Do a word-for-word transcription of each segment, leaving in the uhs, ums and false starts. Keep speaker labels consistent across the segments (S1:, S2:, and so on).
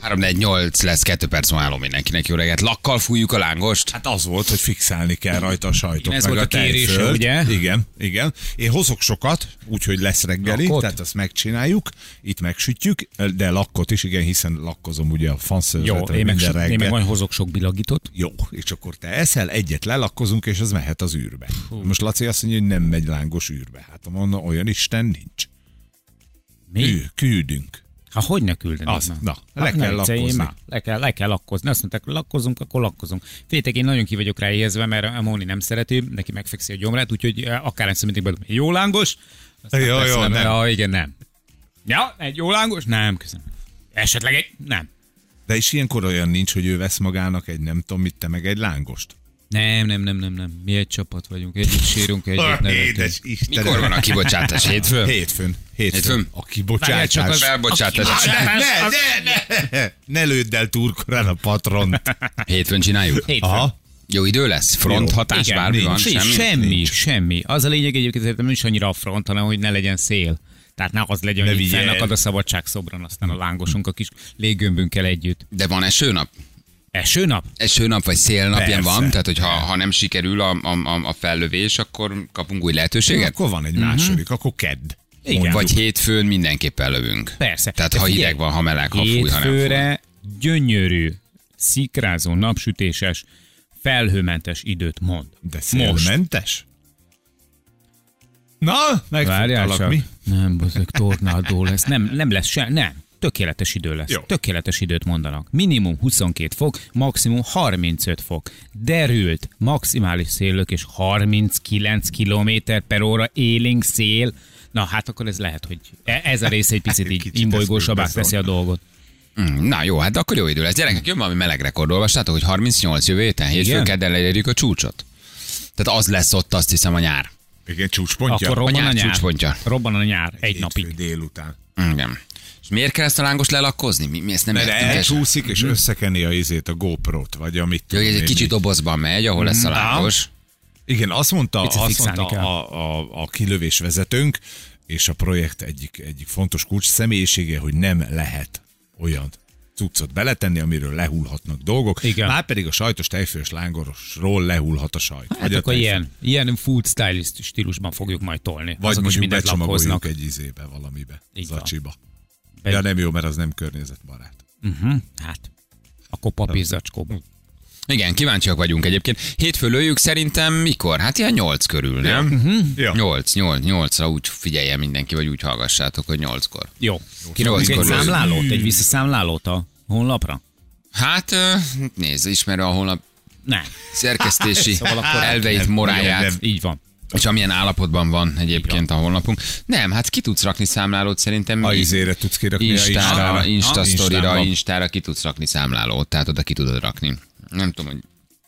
S1: három négy nyolc lesz, kettő perc múlva állom mindenkinek. Jó reggelt. Lakkal fújjuk a lángost?
S2: Hát az volt, hogy fixálni kell rajta a sajtot.
S3: Ez
S2: meg
S3: volt a kérése,
S2: tejfölt.
S3: ugye?
S2: Igen, igen. Én hozok sokat, úgyhogy lesz reggeli,
S3: Lakkot?
S2: tehát azt megcsináljuk, itt megsütjük, de lakkot is, igen, hiszen lakkozom ugye a
S3: Jó,
S2: fanszörzetre
S3: én meg,
S2: minden
S3: so, én meg
S2: reggel.
S3: majd hozok sok bilagítót.
S2: Jó, és akkor te eszel, egyet lelakkozunk, és az mehet az űrbe. Hú. Most Laci azt mondja, hogy nem megy lángos űrbe. Hát mondom, olyan Isten nincs.
S3: Mi?
S2: Kü- küldünk.
S3: Ha hogy ne küldenek?
S2: Az,
S3: már?
S2: na, le
S3: Hát
S2: kell
S3: ne viccelj,
S2: lakkozni.
S3: már. Le kell, le kell lakkozni. Azt mondták, hogy lakkozunk, akkor lakkozunk. Féltek, én nagyon ki vagyok rá éhezve, mert a Móni nem szereti, neki megfekszi a gyomrát, úgyhogy akár egyszer mindig bedobom. Jó lángos? Aztán
S2: Jó,
S3: persze
S2: jó, nem.
S3: Ja, igen, nem. Ja, egy jó lángos? Nem, köszönöm. Esetleg egy? Nem.
S2: De is ilyenkor olyan nincs, hogy ő vesz magának egy nem tudom mit, te meg egy lángost.
S3: Nem, nem, nem, nem, nem. Mi egy csapat vagyunk, együtt sírunk, együtt nevetünk.
S2: Édes Istenem.
S1: Mikor van a kibocsátás? Hétfőn?
S2: Hétfőn. Hétfőn.
S1: Hétfőn?
S2: A kibocsátás.
S3: Várjál, csak az-
S1: Felbocsátás.
S2: Ne, ne, ne, ne, ne lődd el túrkorán a patront.
S1: Hétfőn csináljuk?
S3: Hétfőn.
S2: Aha.
S1: Jó idő lesz? Front
S2: Jó.
S1: hatás,
S3: Igen,
S1: bármi
S3: nincs,
S1: van?
S3: nincs,
S1: Semmi?
S3: semmi,
S2: Nincs.
S3: semmi. Az a lényeg egyébként, szerintem nem is annyira a front, hanem hogy ne legyen szél. Tehát ne az legyen,
S2: Ne
S3: hogy
S2: vigyel.
S3: fennakad a szabadságszobron, aztán a lángosunk a kis léggömbünkkel együtt.
S1: De van esőnap?
S3: Esőnap?
S1: Esőnap vagy szélnap ilyen
S2: Persze.
S1: van? Tehát, hogyha ha nem sikerül a, a, a fellövés, akkor kapunk új lehetőséget?
S2: Akkor van egy második, akkor kedd.
S3: Igen.
S2: Mondjuk.
S1: Vagy hétfőn mindenképpen lövünk.
S3: Persze.
S1: Tehát
S3: De
S1: ha
S3: figyelj,
S1: hideg van, ha meleg, ha fúj, ha nem fúj.
S3: hétfőre gyönyörű, szikrázó, napsütéses, felhőmentes időt mond.
S2: De
S3: Most.
S2: szélmentes? Na,
S3: Várjál
S2: megfogtalak
S3: csak.
S2: mi?
S3: Nem, bazeg, tornádó lesz. Nem, nem lesz se, nem. Tökéletes idő lesz.
S2: Jó.
S3: Tökéletes időt mondanak. Minimum huszonkét fok, maximum harmincöt fok. Derült, maximális széllök és harminckilenc kilométer per óra élénk szél. Na hát akkor ez lehet, hogy e- ez a rész egy picit így
S2: Kicsit
S3: imbolygósabbá
S2: ezt
S3: teszi a dolgot.
S1: Mm, Na jó, hát akkor jó idő lesz. Gyerekek, jön valami meleg rekord. Olvastátok, hogy harmincnyolc jövő héten, hétfőn
S3: Igen?
S1: kedden elérjük a csúcsot. Tehát az lesz ott, azt hiszem, a nyár.
S2: Igen, csúcspontja.
S3: Akkor robban a
S1: nyár
S3: nyár.
S1: csúcspontja.
S3: Robban a nyár, egy
S2: Hétfő
S3: napig.
S2: délután.
S1: Igen. És miért kell ezt a lángos lelakkozni? Mi, mi ezt nem
S2: Mert
S1: értünk. és-
S2: elcsúszik, és összekeni a izét, a GoPro-t, vagy amit
S1: Jó, hogy ez
S2: tudom
S1: egy
S2: én
S1: kicsit
S2: mi.
S1: dobozban megy, ahol lesz a lángos.
S2: Igen, azt mondta,
S3: Picit
S2: azt
S3: fixálni
S2: mondta
S3: kell.
S2: a, a, a kilövés vezetőnk, és a projekt egyik, egyik fontos kulcs személyisége, hogy nem lehet olyan cuccot beletenni, amiről lehullhatnak dolgok.
S3: Igen.
S2: Már pedig a sajtos tejfős lángosról lehullhat a sajt.
S3: Hát
S2: a
S3: akkor
S2: tejfő.
S3: ilyen, ilyen food stylist stílusban fogjuk majd tolni.
S2: Vagy
S3: Azok is
S2: mondjuk
S3: mindent
S2: becsomagoljuk
S3: laphoznak.
S2: egy izébe, valamibe,
S3: Így van.
S2: zacsiba.
S3: Egy-
S2: Ja, nem jó, mert az nem környezetbarát.
S3: Uh-huh. Hát, akkor papírzacskóban.
S1: Igen, kíváncsiak vagyunk egyébként. Hétfő lőjük szerintem mikor? Hát ilyen nyolc körül, nem?
S2: Ja.
S1: Nyolc, nyolc, nyolcra úgy figyeljen mindenki, vagy úgy hallgassátok, hogy nyolckor.
S3: Jó. Kirakunk egy
S1: Nyolckor
S3: számlálót, egy visszaszámlálót a honlapra?
S1: Hát ö, nézd, ismerő a honlap
S3: Nem.
S1: szerkesztési
S3: Szóval akkor
S1: elveit,
S2: nem,
S1: moráját,
S2: nem.
S3: Így van.
S1: és amilyen állapotban van egyébként a honlapunk. Nem, hát ki tudsz rakni számlálót szerintem.
S2: A
S1: mi-
S2: izére tudsz kirakni a
S1: Instára,
S2: Instára.
S1: Insta
S2: Ha?
S1: sztorira,
S2: Instán van.
S1: Instára ki tudsz rakni számlálót, tehát oda ki tudod rakni. Nem tudom, hogy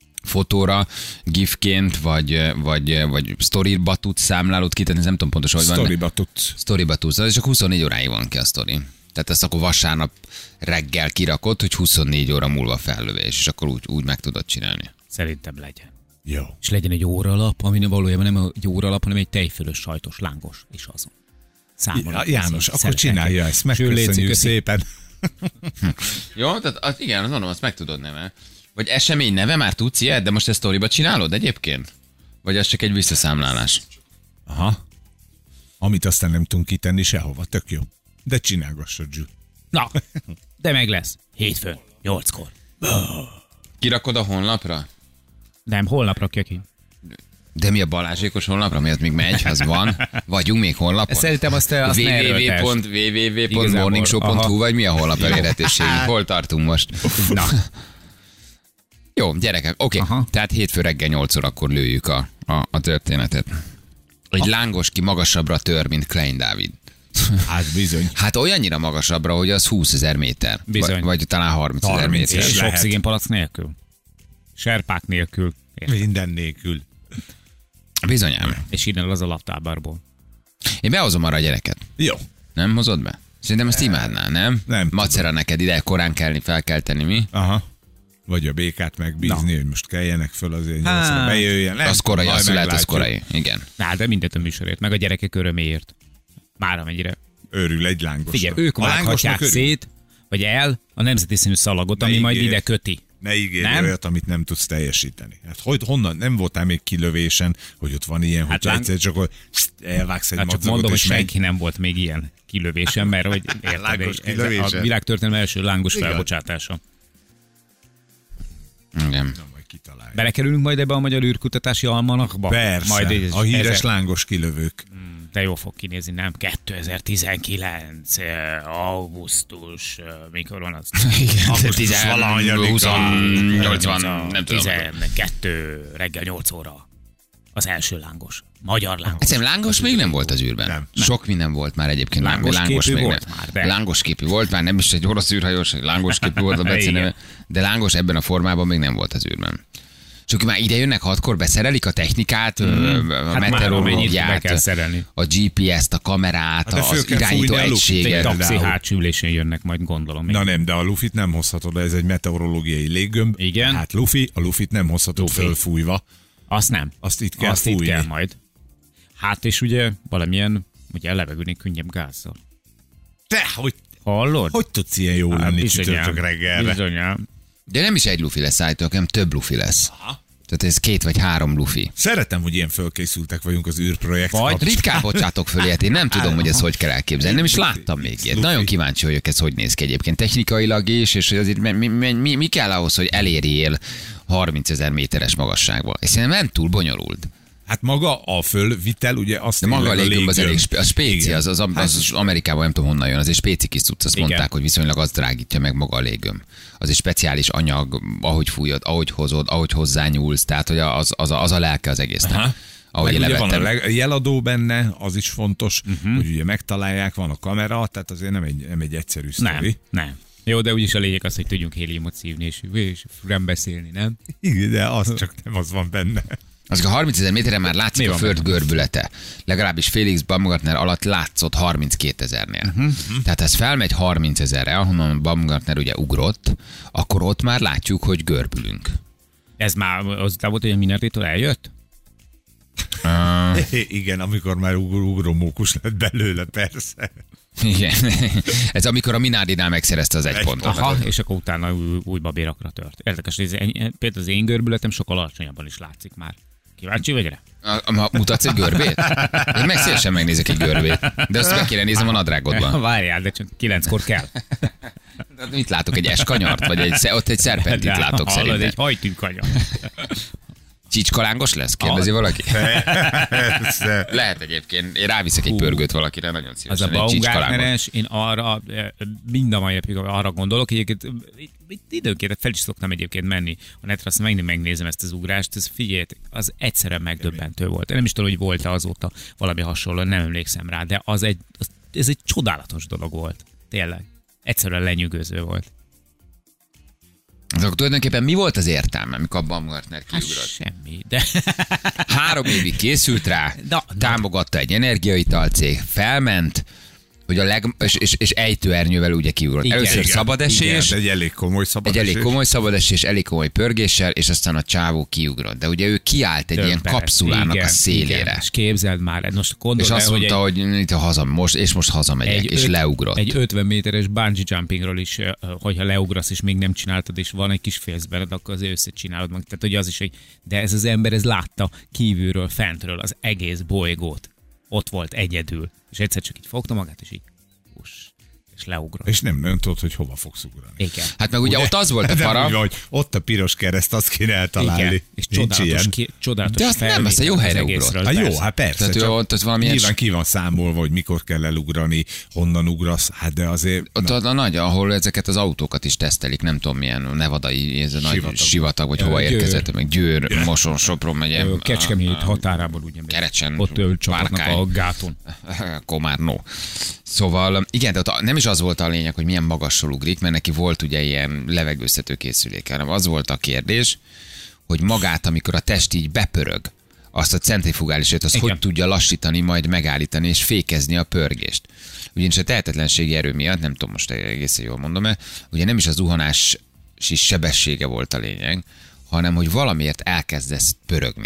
S1: fotóra, gifként, vagy, vagy, vagy sztoriba tudsz számlálót kitenni, ez nem tudom pontosan, hogy van. de-
S2: Sztoriba tudsz.
S1: Sztoriba tudsz, az csak huszonnégy óráig van ki a sztori. Tehát ezt akkor vasárnap reggel kirakod, hogy huszonnégy óra múlva fellövés, és akkor úgy, úgy meg tudod csinálni.
S3: Szerintem legyen.
S2: Jó.
S3: És legyen egy óralap, ami valójában nem egy óralap, hanem egy tejfölös sajtos lángos, és azon. Számolok.
S2: Ja, János, akkor csinálja ezt, megköszönjük szépen.
S1: Jó, tehát az, igen, az mondom, azt meg tudod neve. Vagy esemény neve, már tudsz ilyet, de most ezt sztoriba csinálod egyébként? Vagy ez csak egy visszaszámlálás?
S2: Aha. Amit aztán nem tudunk kitenni sehova, tök jó. De csinálgassad, Zsű.
S3: Na, de meg lesz. Hétfőn, nyolckor.
S1: Kirakod a honlapra?
S3: Nem, holnap rakja ki.
S1: De mi a Balázsékos honlapra, miért még megy, az van? Vagyunk még honlapon?
S3: Szerintem azt, azt ne erőltesd.
S1: www pont morningshow pont hu vagy mi a honlap elérhetőségünk? Hol tartunk most?
S3: Na,
S1: Jó, gyerekek, oké. Okay.
S3: Aha.
S1: Tehát hétfő reggel nyolc órakor lőjük a, a, a történetet. Egy lángos ki magasabbra tör, mint Klein Dávid.
S2: Hát bizony.
S1: Hát olyannyira magasabbra, hogy az húszezer méter.
S3: Bizony.
S1: Vagy, vagy talán harmincezer
S2: harminc
S1: méter.
S2: is.
S3: és
S2: lehet.
S3: oxigénpalac nélkül. Serpák nélkül. Érted?
S2: Minden nélkül.
S1: Bizonyám.
S3: És innen az a laptábárból.
S1: Én behozom arra a gyereket.
S2: Jó.
S1: Nem hozod be? Szerintem ezt imádnál, nem?
S2: Nem
S1: Macera neked ide korán kelni, fel kell tenni, mi?
S2: Aha. Vagy a békát megbízni, hogy most keljenek föl azért nyolcra
S3: Hát,
S2: bejöjjen. Nem
S1: Az korai,
S2: tudom,
S1: az
S2: majd
S1: szület, az
S2: meglátjuk.
S1: korai. Igen.
S3: Na, de mindent a műsorért, meg a gyerekek öröméért. Már amennyire.
S2: Örül egy lángosra.
S3: Figyelj, ők
S2: A lángosnak
S3: vághatják
S2: örül.
S3: szét, vagy el a nemzeti színű szalagot,
S2: Ne
S3: ami majd
S2: ígérj.
S3: ide köti.
S2: Ne ígérj
S3: Nem?
S2: olyat, amit nem tudsz teljesíteni. Hát hogy, honnan, nem voltál még kilövésen, hogy ott van ilyen,
S3: Hát
S2: hogy
S3: láng-
S2: egyszer csak hogy elvágsz egy
S3: Hát csak
S2: madzagot,
S3: mondom, hogy
S2: és megy.
S3: senki nem volt még ilyen kilövésen, mert hogy érted,
S2: Lángos
S3: ez
S2: kilövésen.
S3: a világtörténelem első lángos
S2: Igen.
S3: felbocsátása.
S1: Igen.
S2: Na, majd kitalálja.
S3: Belekerülünk majd ebbe a magyar űrkutatási almanakba?
S2: Persze,
S3: Majd ez-
S2: a híres
S3: ezer-
S2: lángos kilövők.
S3: De jó fog kinézni, nem? kétezer-tizenkilenc. eh, augusztus, eh, mikor van az?
S2: Augusztus valahanyadika.
S1: nyolcvan, nem tudom.
S3: tizenkettő reggel nyolc óra. Az első lángos. Magyar lángos.
S1: Egyszerűen lángos még nem volt az űrben.
S2: Nem.
S1: Sok minden volt már egyébként.
S3: Lángos
S1: lángos
S3: képű
S1: még
S3: volt
S1: nem.
S3: már, de.
S1: Lángos képű volt már, nem is egy orosz űrhajós, lángos képű volt a
S3: Igen.
S1: beceneve, de lángos ebben a formában még nem volt az űrben. És akkor már ide jönnek hatkor, beszerelik a technikát, mm. a
S3: Hát már amennyit be
S1: meteorológiát,
S3: kell szerelni.
S1: a gé pé est, a kamerát,
S2: Hát de föl
S1: az
S2: kell
S1: irányító
S2: fújni a lufit,
S3: Egy
S1: egységet.
S2: például.
S3: taxi hátsülésén jönnek majd, gondolom. Még.
S2: Na nem, de a lufit nem hozhatod, ez egy meteorológiai léggömb.
S3: Igen.
S2: Hát lufi, a lufit nem hozhatod
S3: Lufi.
S2: fölfújva.
S3: Azt nem.
S2: Azt itt kell
S3: Azt itt
S2: fújni.
S3: kell majd. Hát és ugye valamilyen, ugye levegőni könnyebb gázzal.
S2: Te, hogy,
S3: Hallod?
S2: hogy tudsz ilyen jó
S3: Hát
S2: lenni
S3: bizonyám,
S2: csütörtök reggelre?
S3: Bizonyám.
S1: De nem is egy lufi lesz állítólag, hanem több lufi lesz. Tehát ez két vagy három lufi.
S2: Szeretem, hogy ilyen fölkészültek vagyunk az űrprojekt.
S3: Vagy
S2: kapcsán.
S1: Ritkán bocsátok föl ilyet, én nem tudom, hogy ezt hogy kell elképzelni. Nem is láttam még ilyet.
S2: Lufi.
S1: Nagyon kíváncsi vagyok, ez hogy néz ki egyébként technikailag is, és hogy azért mi, mi, mi, mi kell ahhoz, hogy elérjél harmincezer méteres magasságba. És szerintem nem túl bonyolult.
S2: Hát maga a fölvitel, ugye azt
S1: De maga a
S2: tényleg
S1: léggömb az elég, spé- a spéci,
S2: Igen.
S1: az, az, az, az Amerikában nem tudom honnan jön, az egy spéci kis cucc, azt
S3: Igen.
S1: mondták, hogy viszonylag az drágítja meg maga a léggömb. Az egy speciális anyag, ahogy fújod, ahogy hozod, ahogy hozzányúlsz, tehát hogy az, az, a, az a lelke az egésznek.
S2: Aha.
S1: Ahogy
S2: Meg ugye van a
S1: levettem.
S2: leg- jeladó benne, az is fontos,
S3: Mhm.
S2: uh-huh. hogy ugye megtalálják, van a kamera, tehát azért nem egy, nem egy egyszerű
S3: nem,
S2: sztori.
S3: nem. Jó, de úgyis a lényeg az, hogy tudjunk héliumot szívni, és, és nem beszélni, nem?
S2: Igen, de az csak nem az van benne.
S1: Az a harmincezer méteren már látszik
S3: Mi
S1: a
S3: van
S1: föld
S3: benne?
S1: görbülete. Legalábbis Félix Baumgartner alatt látszott harminckétezernél.
S3: Mhm.
S1: Uh-huh. Tehát ha ez felmegy harmincezerre, ahonnan Baumgartner ugye ugrott, akkor ott már látjuk, hogy görbülünk.
S3: Ez már azután volt, hogy a Minardi-tól eljött?
S1: Uh,
S2: Igen, amikor már ugr- ugromókus lett belőle, persze.
S1: igen. Ez amikor a Minardinál megszerezte az egy,
S2: Egy
S1: pontot.
S3: Aha, és akkor utána új, új babérakra tört. Érdekes, hogy ez, ennyi- például az én görbületem sokkal alacsonyabban is látszik már. Kíváncsi vagy rá?
S1: A- Ma mutatsz egy görbét? Én meg szívesen megnézek egy görbét. De azt meg kéne néznem a nadrágodban.
S3: Várjál, de csak kilenckor kell.
S1: Mit látok? Egy eskanyart? Vagy egy, sze- ott egy szerpentit
S3: De
S1: látok
S3: hallod,
S1: szerintem.
S3: egy hajtűkanya.
S1: Csicskalángos lesz? Kérdezi valaki?
S2: Persze.
S1: Lehet egyébként. Én ráviszek egy
S3: Hú.
S1: pörgőt valakire, nagyon
S3: Az
S1: szívesen.
S3: a
S1: egy csicskalángos.
S3: Baumgartneres, én arra, eh, mind a mai napig arra gondolok, egyébként eh, itt időnként fel is szoktam egyébként menni a netre, azt megint megnézem ezt az ugrást, ez figyeljetek, az egyszerűen megdöbbentő volt. Én nem is tudom, hogy volt-e azóta valami hasonló, nem emlékszem rá, de az egy, az, ez egy csodálatos dolog volt. Tényleg. Egyszerűen lenyűgöző volt.
S1: Akkor tulajdonképpen mi volt az értelme, amikor a Baumgartner
S3: Hát
S1: kiugrott?
S3: semmi, de
S1: Három évig készült rá,
S3: Na,
S1: támogatta egy energiaitalcég, felment, hogy a leg, és, és, és ejtőernyővel ugye kiugrott.
S3: Igen,
S1: Először
S3: igen,
S1: szabadesés,
S2: Igen, egy elég komoly szabad
S1: egy elég
S2: esés.
S1: komoly szabadesés, elég komoly pörgéssel, és aztán a csávó kiugrott. De ugye ő kiállt egy ilyen
S3: Többet.
S1: kapszulának
S3: Igen,
S1: a szélére.
S3: igen. És képzeld már, most
S1: És
S3: gondold el,
S1: azt
S3: hogy
S1: mondta,
S3: egy,
S1: hogy itt a haza, most, és most hazamegyek, és
S3: öt-
S1: leugrott.
S3: Egy ötven méteres bungee jumpingról is, eh, hogyha leugrasz, és még nem csináltad, és van egy kis félsz beled, akkor azért összecsinálod meg. Tehát, hogy az is egy, de ez az ember, ez látta kívülről, fentről az egész bolygót. Ott volt egyedül. És egyszer csak így fogta magát, és így, uss, és leugrott.
S2: És nem, nem tudod, hogy hova fogsz ugrani.
S3: Igen.
S1: Hát meg ugye, ott az volt a
S2: De
S1: para.
S2: úgy, hogy ott a piros kereszt, azt kéne eltalálni.
S3: Igen. És
S2: Nincs
S3: csodálatos,
S2: ilyen.
S3: ki, csodálatos
S1: De azt nem,
S3: felvétel
S1: azt a jó
S3: az
S1: helyre
S3: egészről,
S2: Hát jó,
S3: persze.
S2: hát persze.
S1: Tehát ő
S2: csak
S1: ott az valamilyen
S2: nyilván
S1: s-
S2: ki van számolva, hogy mikor kell elugrani, honnan ugrasz, hát de azért...
S1: Ott a, a nagy, ahol ezeket az autókat is tesztelik, nem tudom milyen nevadai, ez a nagy
S2: Sivatag.
S1: sivatag, vagy hova
S3: Győr.
S1: érkezett, meg Győr, Moson, Sopron megye.
S3: Ö, Kecskemét határában ugye. még.
S1: Kerecsen,
S3: Ott ő csapatnak
S1: Párkány.
S3: a gáton.
S1: Komárnó. Szóval igen, de ott nem is az volt a lényeg, hogy milyen magasról ugrik, mert neki volt ugye ilyen levegőztető készüléke, hanem az volt a kérdés, hogy magát, amikor a test így bepörög, azt a centrifugális erőt, azt
S3: Igen.
S1: hogy tudja lassítani, majd megállítani és fékezni a pörgést. Ugyanis a tehetetlenségi erő miatt, nem tudom most egészen jól mondom-e, ugye nem is az zuhanási sebessége volt a lényeg, hanem hogy valamiért elkezdesz pörögni.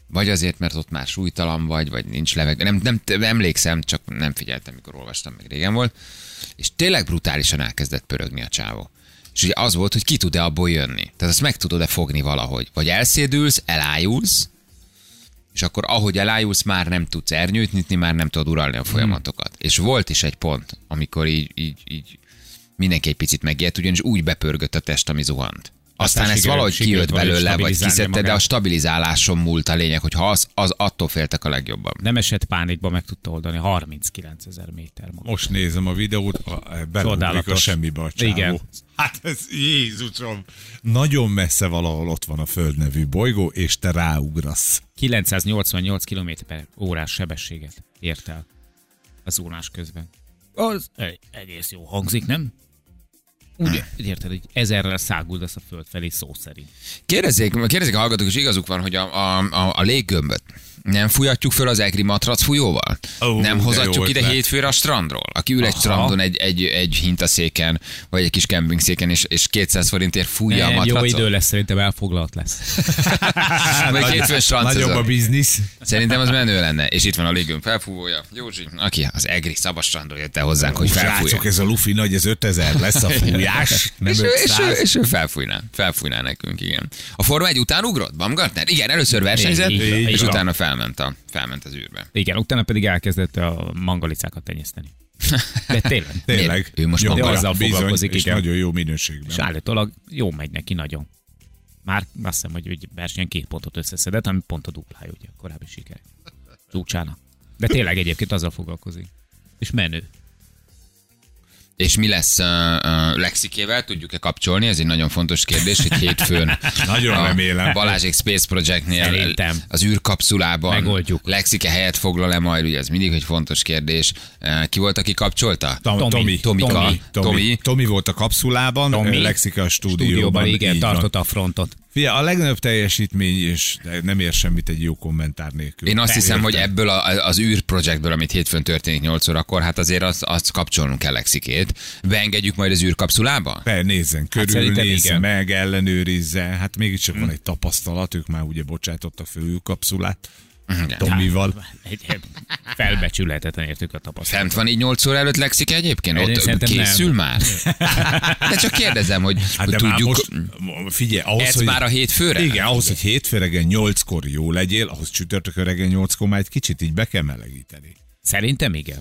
S1: vagy azért, mert ott már súlytalan vagy, vagy nincs levegő. Nem, nem, nem emlékszem, csak nem figyeltem, mikor olvastam, meg régen volt. És tényleg brutálisan elkezdett pörögni a csávó. És ugye az volt, hogy ki tud-e abból jönni. Tehát azt meg tudod-e fogni valahogy. Vagy elszédülsz, elájulsz, és akkor ahogy elájulsz, már nem tudsz ernyőt nyitni, már nem tudod uralni a folyamatokat. Hmm. És volt is egy pont, amikor így, így, így mindenki egy picit megijedt, ugyanis úgy bepörgött a test, ami zuhant. Aztán, Aztán ez valahogy kijött belőle, vagy kiszedte, de a stabilizáláson múlt a lényeg, hogy ha az, az attól féltek a legjobban.
S3: Nem esett pánikba, meg tudta oldani harminckilencezer méter magas.
S2: Most nézem a videót, belugrik a semmibe a csávó. Igen. Hát ez Jézusom! Nagyon messze valahol ott van a Föld nevű bolygó, és te ráugrasz.
S3: kilencszáznyolcvannyolc kilométer per órás sebességet ért el a zónás közben. Az egész jó hangzik, nem? Úgy érted, hogy ezerrel száguldasz a föld felé szó szerint.
S1: Kérdezzék, kérdezzék a hallgatók, és igazuk van, hogy a, a, a, a léggömböt nem fújatjuk föl az egri matrac fújóval? Oh, nem hozatjuk ide hétfőre a strandról? Aki ül egy Aha. strandon egy, egy, egy hintaszéken, vagy egy kis kempingszéken, és, és kétszáz forintért fújja
S3: nem,
S1: a matracot?
S3: Jó idő lesz, szerintem elfoglalt lesz.
S1: Vagy hétfőn strandszezon.
S2: Nagyobb a biznisz.
S1: Szerintem az menő lenne. És itt van a léggömb felfúvója. Józsi, aki az egri szabad strandról jött el hozzánk, hogy felfújja.
S2: Srácok, ez a lufi nagy, ez ötezer lesz a fújás. Nem
S1: és, ő, és, ő, és ő felfújná. Felfújná nekünk, igen. A Forma egy után ugrott Baumgartner? Igen, először versenyzett, és így utána felment, a, felment az űrbe.
S3: Igen, utána pedig elkezdett a mangalicákat tenyészteni. De tényleg.
S2: Tényleg.
S1: Ő most
S3: azzal foglalkozik,
S2: és
S3: igen.
S2: nagyon jó minőségben.
S3: És állítólag jó megy neki nagyon. Már azt hiszem, hogy egy versenyen két pontot összeszedett, ami pont a duplája, ugye, a korábbi siker. Csúcsána. De tényleg egyébként azzal foglalkozik. És menő.
S1: És mi lesz uh, uh, Lexikével? Tudjuk-e kapcsolni? Ez egy nagyon fontos kérdés, hogy hétfőn
S2: nagyon remélem.
S1: Balázsék Space Projectnél
S3: Szerintem.
S1: az űrkapszulában
S3: megoldjuk.
S1: Lexike helyet foglal-e majd? Ugye ez mindig egy fontos kérdés. Uh, ki volt, aki kapcsolta?
S2: Tomi. Tomi.
S1: Tomika.
S2: Tomi.
S1: Tomi.
S2: Tomi volt a kapszulában,
S3: Tomi.
S2: Lexike a stúdióban.
S3: Stúdióban, igen, tartotta a frontot.
S2: Fia, a legnagyobb teljesítmény, és nem ér semmit egy jó kommentár nélkül.
S1: Én azt Te hiszem, értem. hogy ebből a, az űrprojektből, amit hétfőn történik nyolc órakor, hát azért azt, azt kapcsolnunk kell Lexikét. Beengedjük majd az űrkapszulába?
S2: Be, nézzen körül, hát nézze meg, ellenőrizze. Hát mégiscsak hmm. van egy tapasztalat, ők már ugye bocsátottak fel űrkapszulát. Tomival.
S3: Felbecsülhetetlen értük a tapasztalatot.
S1: Fent van így nyolc óra előtt Lexike egyébként? Ott készül nem. már? De csak kérdezem, hogy, hát hogy tudjuk...
S2: Most, figyelj, ahhoz,
S1: ez
S2: hogy...
S1: már a hétfőre?
S2: Igen, ahhoz, hogy hétfő reggel nyolckor jó legyél, ahhoz csütörtökön reggel nyolckor már egy kicsit így be kell melegíteni.
S3: Szerintem igen.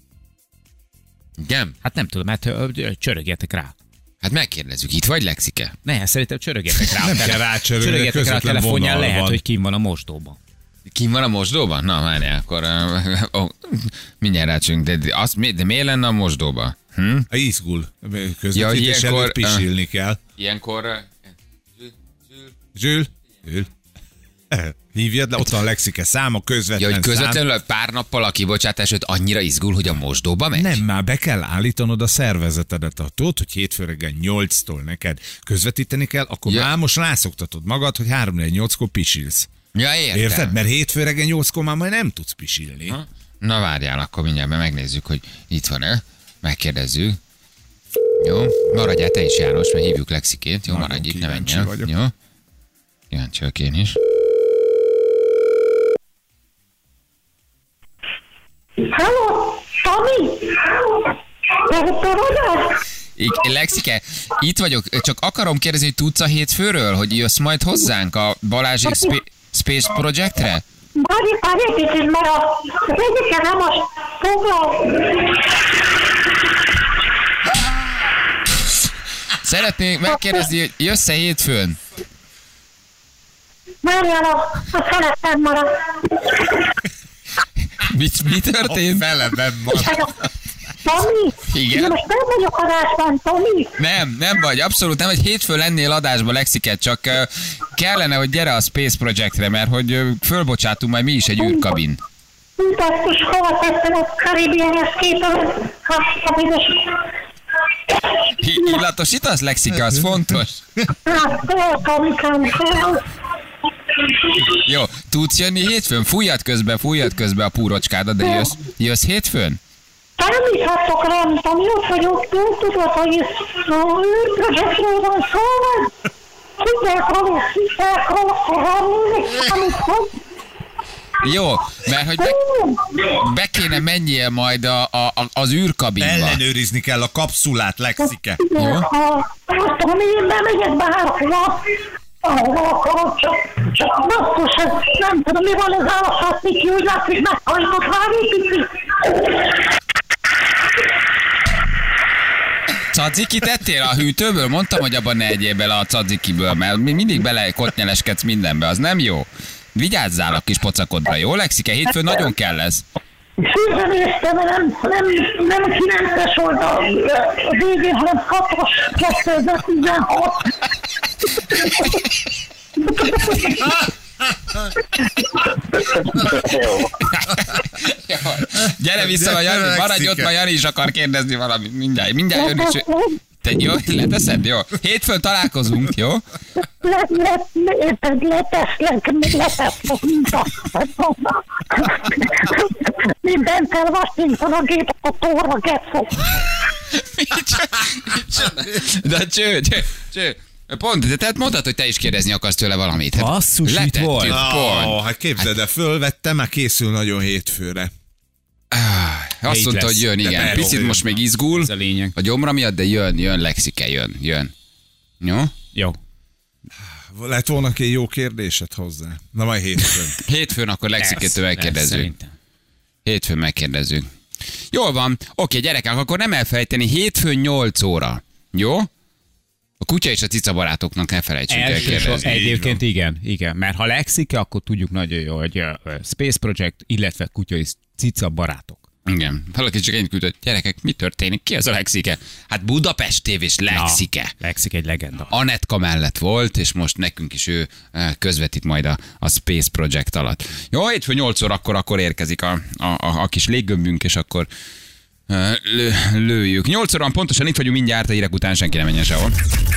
S1: Igen?
S3: Hát nem tudom, hát csörögjetek rá.
S1: Hát megkérdezzük, itt vagy Lexike?
S3: Ne, szerintem csörögjetek rá.
S2: Nem kell rácsörögni,
S3: csörögjetek rá a telefonján, lehet, hogy kim van a mosdóban.
S1: Kim van a mosdóban? Na, várjál, akkor uh, oh, mindjárt rácsünk, de, de, az, de miért lenne a mosdóban? Hm?
S2: A izgul. Közvetítés ja, előtt pisilni uh, kell.
S1: Ilyenkor... Uh,
S2: Zsül? Zsül? Hívjad le, ott van a Lexike száma, közvetlen
S1: ja, hogy közvetlenül
S2: szám.
S1: Pár nappal a kibocsátás előtt annyira izgul, hogy a mosdóba megy?
S2: Nem, már be kell állítanod a szervezetedet. Tudod, hogy hétfő reggel nyolctól neked közvetíteni kell, akkor ja. már most rászoktatod magad, hogy három négy nyolckor pisilsz.
S1: Ja, értem.
S2: Érted? Mert hétfő reggel nyolckor már majd nem tudsz pisilni.
S1: Ha? Na várjál, akkor mindjárt megnézzük, hogy itt van-e. Megkérdezzük. Jó, maradjál te is, János, mert hívjuk Lexikét. Jó, maradj itt, ne menj el. Jó? Kíváncsi vagyok én is.
S4: Halló, Tomi?
S1: Lexike, itt vagyok, csak akarom kérdezni, hogy tudsz a hétfőről, hogy jössz majd hozzánk a Balázsék Sp- Space Projectre?
S4: Várj, várj egy picit, mert az egyikkel nem most foglal.
S1: Szeretnék megkérdezni, hogy jössz-e hétfőn?
S4: Várjál, a, a felettem marad.
S1: Mi, mi történt?
S2: A felemben marad.
S4: Tomi?
S1: Igen?
S4: Most nem vagyok adásban, Tomi?
S1: Nem, nem vagy, abszolút nem, hogy hétfőn lennél adásba, Lexiket, csak uh, kellene, hogy gyere a Space Projectre, mert hogy uh, fölbocsátunk majd mi is egy űrkabin.
S4: Basszus, hova tettem a Caribbean Escape-ot? A bizonyos...
S1: Illatosítasz, Lexike, az fontos.
S4: Hát, Tomikám, fel.
S1: Jó, tudsz jönni hétfőn? Fújjad közben, fújjad közben a púrocskádat, de jössz, jössz hétfőn?
S4: Számíthatok rám, Tomi, ott vagyok, tudod, hogy űrprojektről van szó, tudják róla, hiszák róla, amit
S1: Jó, mert hogy be, be kéne menjél majd a, a, a, az űrkabinba.
S2: Ellenőrizni kell a kapszulát, Lexike.
S1: Jó.
S4: Ha azt mondom, én bemegyek bárhova, ahova akarok, csak, csak basszus, ez nem tudom, mi van ez állat, Niki, úgy látszik, meghajtott már egy picit.
S1: Cadzikit ettél a hűtőből? Mondtam, hogy abban ne egyél bele a cadzikiből, mert mindig bele kotnyeleskedsz mindenbe, az nem jó. Vigyázzál a kis pocakodra, jó, Lexike? Hétfőn nagyon kell lesz.
S4: Főben néztem, nem, nem, nem kilences volt a, a végén, hanem hatos kétezer-tizenhat.
S1: Gyere vissza, a Jani, maradj ott, ma Jani is akar kérdezni valamit. Mindjárt, mindjárt jön is. Te jó, leteszed, jó? Hétfőn találkozunk, jó?
S4: Le, le, le, leteszlek, leteszlek, mint a... Mindent elvasztintan a gép, a tóra gecok.
S1: De cső, cső, cső. Pont, de tehát mondtad, hogy te is kérdezni akarsz tőle valamit. Hát
S3: basszus, itt volt.
S2: Oh, hát képzeld, de fölvettem, már készül nagyon hétfőre.
S1: Ah, azt mondta, hogy jön, igen. Picit most még izgul
S3: Ez a lényeg.
S1: a gyomra miatt, de jön, jön, Lexike, jön, jön. Jó?
S3: Jó.
S2: Lett volna egy jó kérdésed hozzá. Na majd hétfőn.
S1: Hétfőn akkor Lexikétől megkérdezzük.
S3: Szerintem.
S1: Hétfőn megkérdezzük. Jól van. Oké, gyerekek, akkor nem elfelejteni, hétfőn nyolc óra. Jó? A kutya és a cica barátoknak ne felejtsünk el
S3: Elsősor,
S1: kérdezni.
S3: egyébként igen, igen. Mert ha Lexike, akkor tudjuk nagyon jó, hogy uh, Space Project, illetve kutya és cica barátok.
S1: Igen. Valaki csak ennyit küldött, gyerekek, mi történik? Ki az a Lexike? Hát Budapest tévés Lexike.
S3: Na, Lexike egy legenda.
S1: Anetka mellett volt, és most nekünk is ő eh, közvetít majd a, a Space Project alatt. Jó, hétfő nyolc órakor akkor érkezik a, a, a, a kis léggömbünk, és akkor eh, lő, lőjük. nyolc óra pontosan itt vagyunk mindjárt, a hírek után senki nem menjen sehol.